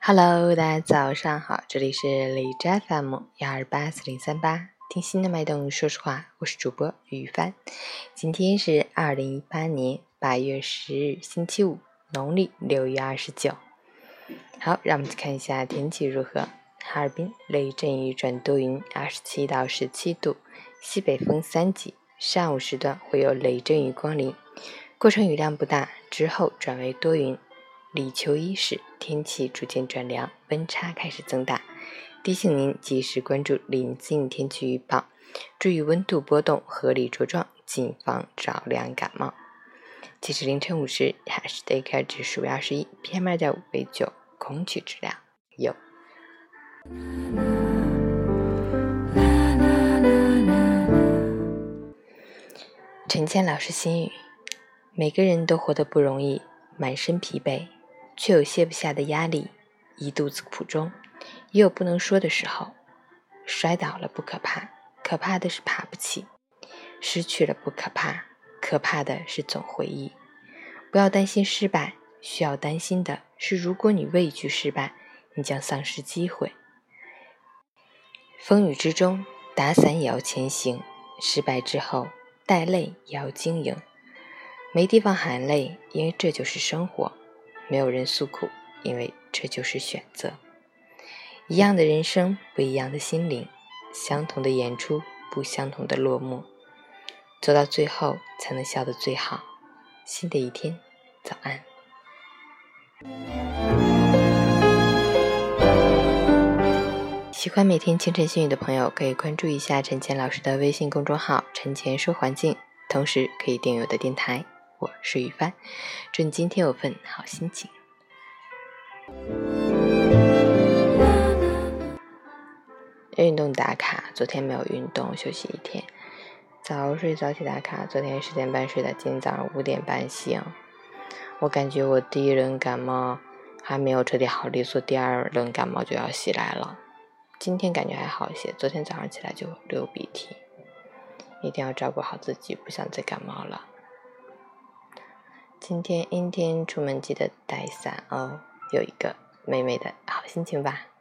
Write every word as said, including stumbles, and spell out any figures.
Hello， 大家早上好，这里是荔枝 F M 幺二八四零三八，听心的脉动说实话，我是主播于帆。今天是二零一八年八月十日，星期五，农历六月二十九。好，让我们看一下天气如何。哈尔滨雷阵雨转多云，二十七到十七度，西北风三级，上午时段会有雷阵雨光临，过程雨量不大，之后转为多云。立秋伊始，天气逐渐转凉，温差开始增大，提醒您及时关注临近天气预报，注意温度波动，合理着装，谨防着凉感冒。截至凌晨五时，哈市的 A Q I 指数为二十一 ，P M 二点五 为九，空气质量优。陈谦老师心语：每个人都活得不容易，满身疲惫，却有卸不下的压力，一肚子苦衷，也有不能说的时候。摔倒了不可怕，可怕的是爬不起；失去了不可怕，可怕的是总回忆。不要担心失败，需要担心的是，如果你畏惧失败，你将丧失机会。风雨之中，打伞也要前行；失败之后，带泪也要经营。没地方含泪，因为这就是生活；没有人诉苦，因为这就是选择。一样的人生，不一样的心灵；相同的演出，不相同的落幕。走到最后，才能笑得最好。新的一天，早安。喜欢每天清晨心语的朋友，可以关注一下陈谦老师的微信公众号“陈谦说环境”，同时可以订阅我的电台。我是雨帆，祝你今天有份好心情。运动打卡，昨天没有运动，休息一天。早睡早起打卡，昨天十点半睡的，今天早上五点半醒。我感觉我第一轮感冒还没有彻底好利索，第二轮感冒就要袭来了。今天感觉还好些，昨天早上起来就流鼻涕。一定要照顾好自己，不想再感冒了。今天阴天出门记得带伞哦，有一个美美的好心情吧。